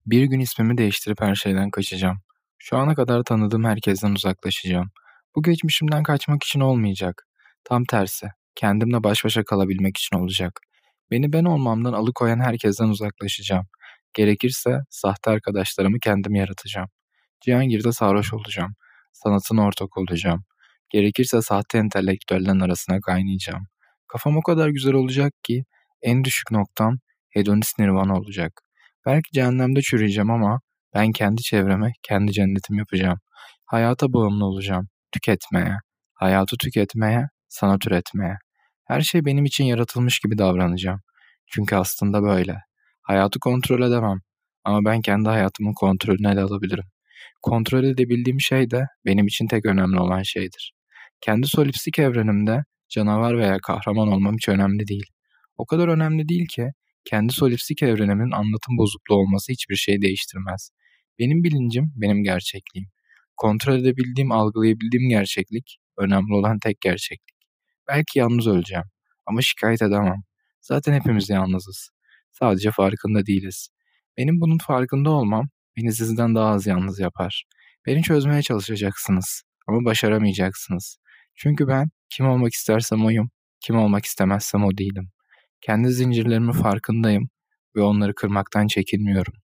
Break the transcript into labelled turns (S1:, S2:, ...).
S1: Bir gün ismimi değiştirip her şeyden kaçacağım. Şu ana kadar tanıdığım herkesten uzaklaşacağım. Bu geçmişimden kaçmak için olmayacak. Tam tersi, kendimle baş başa kalabilmek için olacak. Beni ben olmamdan alıkoyan herkesten uzaklaşacağım. Gerekirse sahte arkadaşlarımı kendim yaratacağım. Cihangir'de sarhoş olacağım. Sanatına ortak olacağım. Gerekirse sahte entelektüellerin arasına kaynayacağım. Kafam o kadar güzel olacak ki en düşük noktam hedonist nirvana olacak. Belki cehennemde çürüyeceğim ama ben kendi çevreme kendi cennetim yapacağım. Hayata bağımlı olacağım. Tüketmeye, hayatı tüketmeye, sanat üretmeye. Her şey benim için yaratılmış gibi davranacağım. Çünkü aslında böyle. Hayatı kontrol edemem ama ben kendi hayatımın kontrolünü ele alabilirim. Kontrol edebildiğim şey de benim için tek önemli olan şeydir. Kendi solipsik evrenimde canavar veya kahraman olmam hiç önemli değil. O kadar önemli değil ki kendi solipsik evrenimin anlatım bozukluğu olması hiçbir şey değiştirmez. Benim bilincim benim gerçekliğim. Kontrol edebildiğim, algılayabildiğim gerçeklik önemli olan tek gerçeklik. Belki yalnız öleceğim ama şikayet edemem. Zaten hepimiz yalnızız. Sadece farkında değiliz. Benim bunun farkında olmam beni sizden daha az yalnız yapar. Beni çözmeye çalışacaksınız ama başaramayacaksınız. Çünkü ben kim olmak istersem oyum, kim olmak istemezsem o değilim. Kendi zincirlerimin farkındayım ve onları kırmaktan çekinmiyorum.